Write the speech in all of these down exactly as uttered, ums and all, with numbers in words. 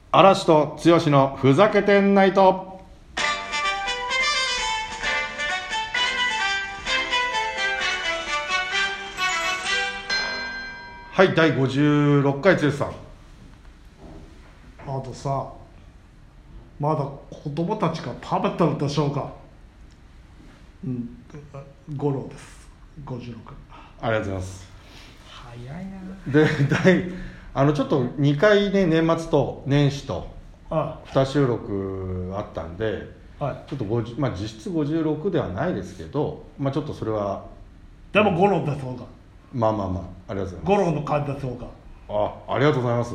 嵐と剛のふざけてんナイト。はい、だいごじゅうろっかい剛さん。 あとさ、まだ子供たちが食べてるでしょうか。うん、五郎です。ごじゅうろく。 ありがとうございます。 早いな。 で、だいあのちょっとにかいね、年末と年始とに収録あったんで、はい、ちょっとごじゅう、まあ、実質ごじゅうろくではないですけど、まあ、ちょっとそれはでも五郎でしょうか。 まあまあまあ、ありがとうございます。 五郎の感じでしょうか。 あ、ありがとうございます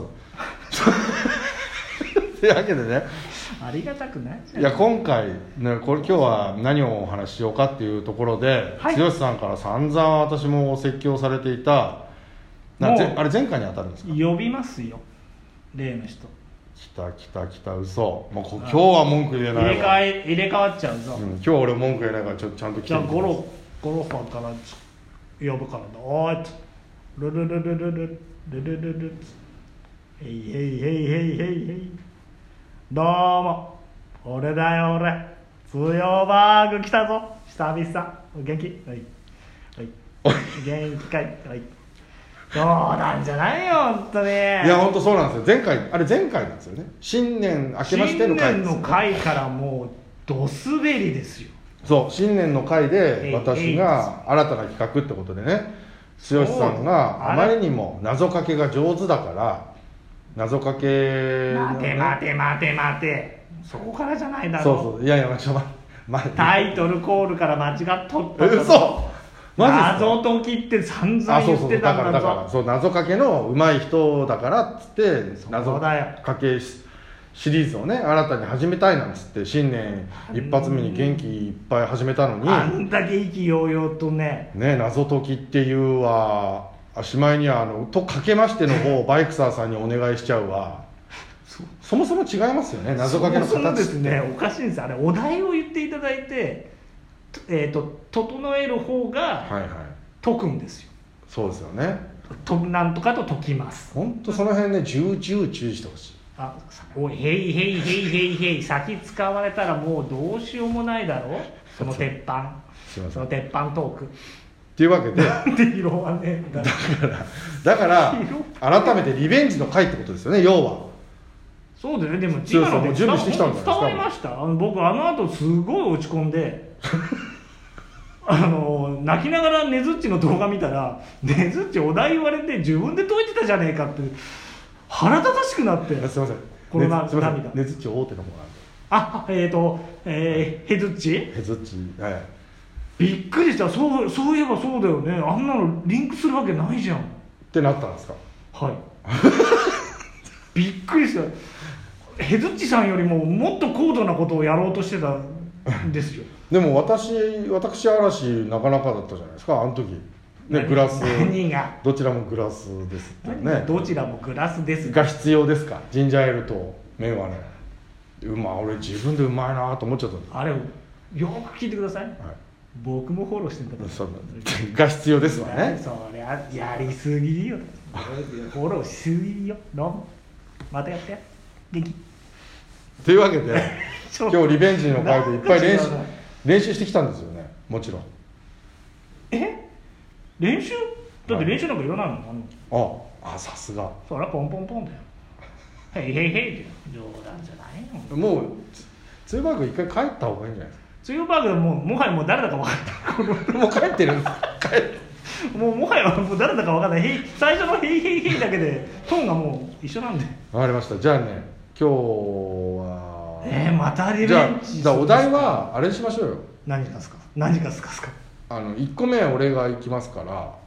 というわけでね、 ありがたくないじゃん。 いや今回ね、これ今日は何をお話ししようかっていうところで、はい、剛さんから散々私も説教されていた、なぜあれ前回に当たるんですか。 呼びますよ、例の人。 来た来た来た、嘘。もうこ今日は文句言えないわ。 入れ替え入れ替わっちゃうぞ、 うん、今日は俺文句言えないから、ちょちゃんと来て。 じゃあゴロゴロさんから呼ぶからだ。おーいルルルルルルルルルルルへいへいへいへいへいへい、どうも俺だよ俺、強バーグ来たぞ久々。元気はいはい元気かいはい、どうなんじゃないよ本当に。いや本当そうなんですよ。前回あれ前回なんですよね。新年明けましての回です、ね、 新年の回からもうドスベリですよ。 そう、新年の回で私が新たな企画ってことでね、剛さんがあまりにも謎かけが上手だから謎かけ、ね、 待て待て待て待て、そこからじゃないだろう。 そうそう、いやいやちょっと待って、 タイトルコールから間違っとった。 え、嘘マジですか。 謎解きって散々言ってたんだぞ。 だからだからそう、謎かけの上手い人だからっつって謎かけシリーズをね新たに始めたいなんつって新年一発目に元気いっぱい始めたのに、 あんだけ意気揚々とねね、謎解きっていうわ、しまいにはあのとかけましての方をバイクサーさんにお願いしちゃうわそ, そもそも違いますよね、謎かけの形って。 そもそもですね、おかしいんです。あれお題を言っていただいて、えー、と整える方が解くんですよ、 はいはい、そうですよね。 となんとかと解きます。 本当その辺ね、重々注意してほしい。 あ、おい、へいへいへいへいへい、先使われたらもうどうしようもないだろその鉄板その鉄板トークっていうわけで、 なんで色はねだからだから改めてリベンジの回ってことですよね、要は。 そうですね。でも今ので準備してきたんじゃないですか。 伝わりました。あの僕あの後すごい落ち込んであの泣きながらねずっちの動画見たら、ねずっちお題言われて自分で解いてたじゃねえかって腹立たしくなって。 すいません、 このね、 涙。 ねずっち大手の方なんで。 あ、えっ、ー、と、えー、へずっちへずっち、はい。 びっくりした。そう、そういえばそうだよね、あんなのリンクするわけないじゃんってなったんですか。 はいびっくりした。へずっちさんよりももっと高度なことをやろうとしてたんですよでも私私嵐なかなかだったじゃないですか、あの時ね。グラス、 何がどちらもグラスですってね。 どちらもグラスですが必要ですか、ジンジャーエールと麺はね。うま俺自分でうまいなと思っちゃったんです。 あれよく聞いてください、はい、僕もフォローしてんだから。 そうが必要ですわね。 そりゃやりすぎよフォローしすぎよ。どうもまたやって元気というわけで今日リベンジの回でいっぱい練習練習してきたんですよね、もちろん。 え練習だって練習なんかいらないもん、 はい、ああ、さすが。 そりゃポンポンポンだよ。へいへいへいって冗談じゃないの。 もうツーバーグ一回帰った方がいいんじゃないですか。 ツーバーグはもうもはやもう誰だか分かったもう帰ってるんです帰もうもはやもう誰だか分かんない。へい最初のへいへいへいだけでトーンがもう一緒なんで。 分かりました。じゃあね、今日はえー、またリベンジ。 じゃあお題はあれにしましょうよ。 何がですか何がですかあのいっこめは俺が行きますから、 はい、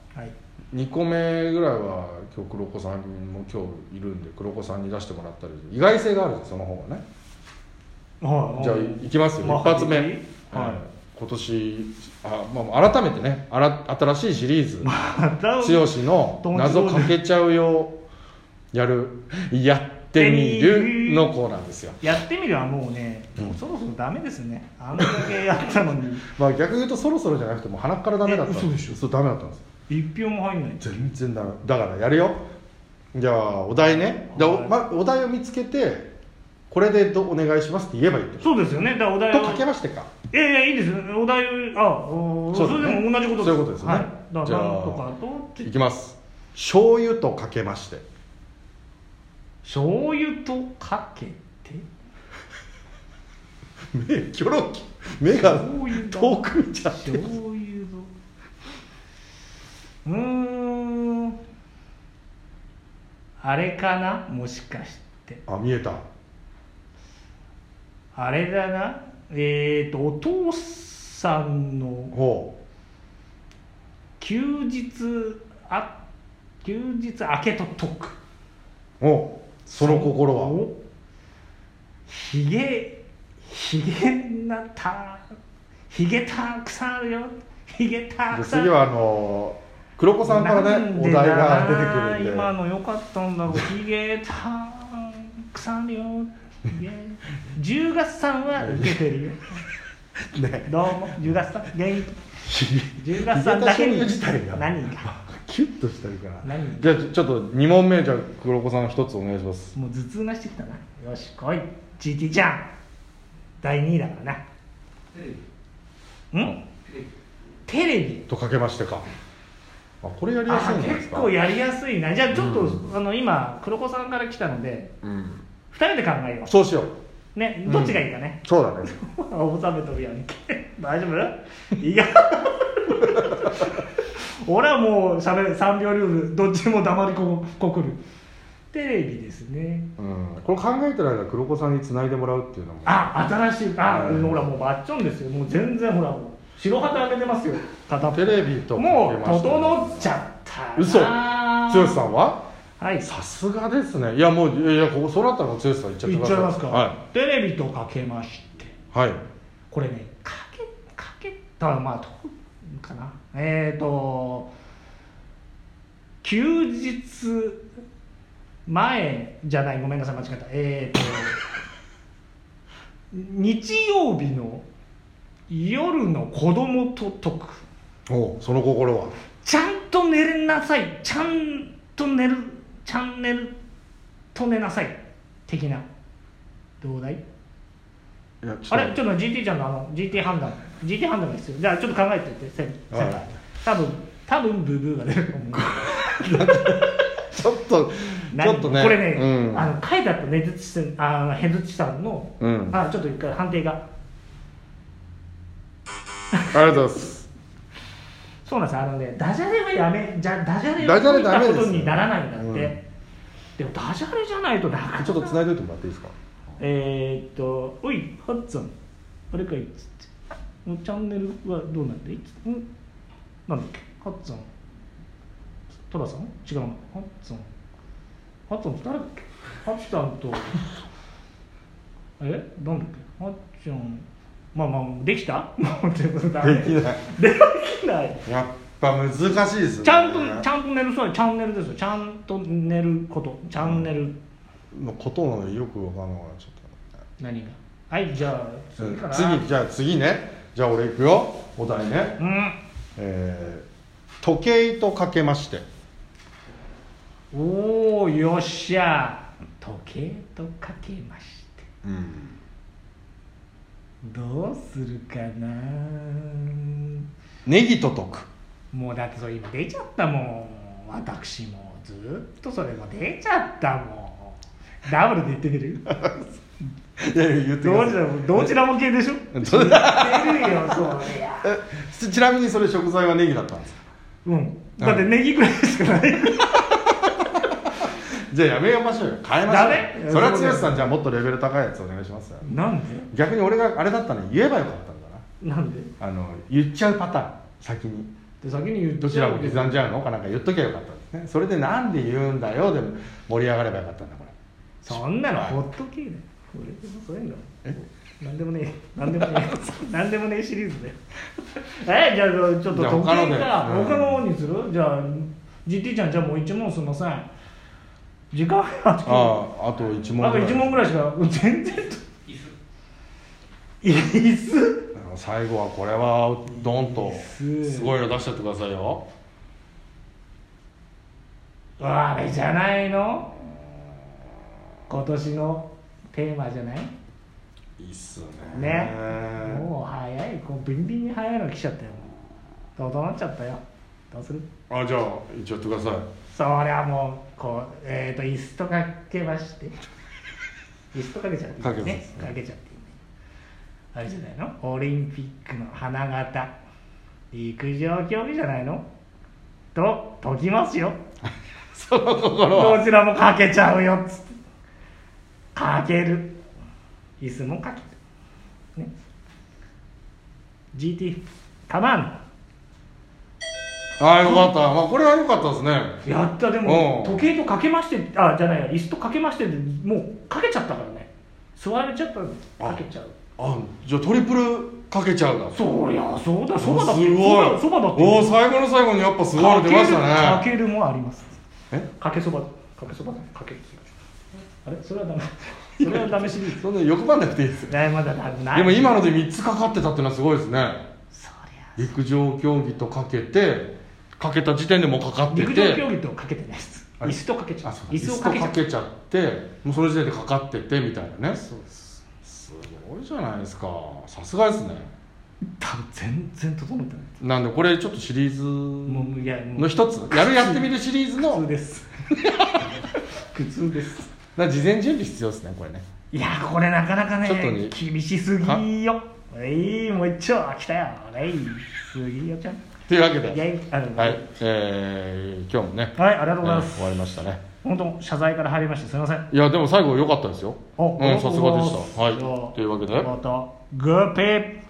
にこめぐらいは今日黒子さんも今日いるんで黒子さんに出してもらったり、意外性があるんですその方がね。 はい、 じゃあいきますよ、まあ、一発目、はい、今年あ、まあ、改めてね、あら新しいシリーズ、剛の謎かけちゃうよやるやってみるのコーナーですよ。 やってみるはもうね、うん、もうそろそろダメですね。あんだけやったのにまあ逆に言うとそろそろじゃなくてもう鼻からダメだったんです。 嘘でしょ。 そうダメだったんです。 一票も入んない。 全然ダメだからやるよ。じゃあお題ね、はい、で お, ま、お題を見つけてこれでどお願いしますって言えばいいってそうですよね。だからお題とかけましてか。 いやいやいいですよ。お題あおそ,、ね、それでも同じことです。 そういうことですね。 はい、だじゃあからなんとかといきます。醤油とかけまして。 醤油とかけて目キョロキ目が遠く見ちゃって醤油とうーんあれかな、もしかしてあ見えた。 あれだな、えっ、ー、とお父さんのほう休日あ休日明けと解く。 おその心はひげひげなたひげたくさんあるよ。ひげたくさん。 次はあの黒子さんからねお題が出てくるんで。 今の良かったんだろう。ひげたくさんあるよ。じゅうがつさんは受けてるよ。ね、どうもじゅうがつさん元気。じゅうがつさんだけに自体が何がキュッとしてるから。 何じゃあちょっとに問目、じゃあ黒子さんの一つお願いします。 もう頭痛なしてきたな。よし来い ジーティー ちゃんだいにいだからな。んテレビとかけましてか。あこれやりやすいんじゃないですか。 結構やりやすいな。じゃあちょっと、うん、あの今黒子さんから来たので、うん、ふたりで考えよう。 そうしようね、どっちがいいかね、 うん、そうだね。 おさめとるやんけ。大丈夫？いや俺はもうしゃべるさんびょうルール、どっちも黙りここくる。テレビですね、 うん、これ考えてる間黒子さんにつないでもらうっていうのもあ新しいあ、うん、ほらもうバッチョンですよ。もう全然ほら白旗上げてますよ。 テレビともう整っちゃったな。 嘘。剛さんははいさすがですね。いやもういやここそうなったら剛さん言っちゃってください。 言っちゃいますか、 はい、 テレビとかけましてはいこれねかけかけたらまあどうかな。えっ、ー、と休日前じゃない、ごめんなさい間違えた。えっ、ー、と日曜日の夜の子供と解く。 おその心はちゃんと寝れなさい、ちゃんと寝る、チャンネルと寝なさい的な。どうだい？いやあれちょっと ジーティー ちゃんのあの ジーティー 判断 ジーティー 判断が必要。じゃあちょっと考えてって先輩。多分多分ブーブーが出ると思う。 ちょっとちょっとねこれね、 うん、 あの書いてあったねずちさんあへずちさんの、うん、あちょっと一回判定がありがとうございます。 そうなんです。あのねダジャレはやめじゃダジャレを言ったことにならないんだって、うん、でもダジャレじゃないとなかなか。 ちょっと繋いでおいてもらっていいですか。 えー、っとおいハッツンあれかいっつってチャンネルはどうなんでいっつって、んなんだっけハッツントラさん違うな。ハッツンハッツンって誰だっけ。ハッツさんとえなんだっけハッチョンまあまあできたもうってことだ、ね、 できないできないやっぱ難しいですね。 ちゃんとちゃんと寝る。そうチャンネルですよ。ちゃんと寝ることチャンネルのことなのでよくわからなくなっちゃった。 何がはいじゃあ次かな。 次じゃあ次ね。じゃあ俺いくよお題ね、 うんえー、時計とかけまして。 おおよっしゃ時計とかけまして、うん、どうするかな。 ネギと解く。もうだってそれ今出ちゃったもん。私もずっとそれも出ちゃったもん。ダブルで言ってみるいやいや言ってください。 どちらも系でしょ。言ってるよそれやえちなみにそれ食材はネギだったんですか。 うんだってネギぐらいしかないじゃあやめましょうよ。変えましょう。 ダメ？ それは剛さんじゃあもっとレベル高いやつお願いしますよ。 なんで？ 逆に俺があれだったのに言えばよかったんだな。 なんで？ あの言っちゃうパターン先に。 で先に言っちゃう。 どちらも刻んじゃうのかなんか言っときゃよかったですね。それでなんで言うんだよでも盛り上がればよかったんだこれ。 そんなのほっとけね。俺でもそういうの。え？なんでもねえ。なんでもねえ。なんでもねえシリーズだよ。えじゃあちょっと時計か他のにする？じゃあ ジーティー ちゃんじゃあもう一問すみません。時間あああと一問ぐらい。あと一問ぐらいしか全然椅子椅子最後はこれはドンとすごいの出しちゃってくださいよ。 あれじゃないの今年のテーマじゃない？ いいっすよね。 ね、もう早い、こうビンビンに早いの来ちゃったよ。整っちゃったよ。どうする？ あ、じゃあ一応やってください。 そりゃもうこうえっ、ー、と椅子とかけまして椅子とかけちゃっていいね。かけちゃっていいね。あれじゃないの？オリンピックの花形陸上競技じゃないの？と解きますよ。 その心はどちらもかけちゃうよっつって。かける。椅子もかける。ね。ジーティー たまんの。 ああよかった、まあ、これはよかったですね。 やった。でも時計とかけまして、あじゃないや椅子とかけましてでもうかけちゃったからね。座れちゃったらかけちゃう。 あじゃあトリプルかけちゃうだ。 そりゃそうだ。そばだってすごい。 そばだっておお最後の最後にやっぱすごいの出ましたね。 かけるもあります。 えかけそばかけそばかける。あれそれはダメ。それはダメシリーズ。 そんな欲張んなくていいですよ。 ねまだない。 でも今のでみっつかかってたっていうのはすごいですね。 そりゃ陸上競技とかけてかけた時点でもうかかってて、 陸上競技とかけてないです。椅子とかけちゃう。 椅子をかけちゃってもうその時点でかかっててみたいなね。 そうです。 すごいじゃないですか。さすがですね。 多分全然整ってない。 なんでこれちょっとシリーズもういやもうの一つやるやってみるシリーズの苦痛です。苦痛です。 な事前準備必要ですねこれね。 いやこれなかなかねちょっとに厳しすぎよ。えいもう一丁来たよ。えいすぎよちゃん。 というわけで、 いやいあのはい、えー、今日もね、 はいありがとうございます。 えー終わりましたね。 本当謝罪から入りましてすみません。 いやでも最後良かったですよ。 おうんさすがでした。はい。 じゃあというわけでまたグーペー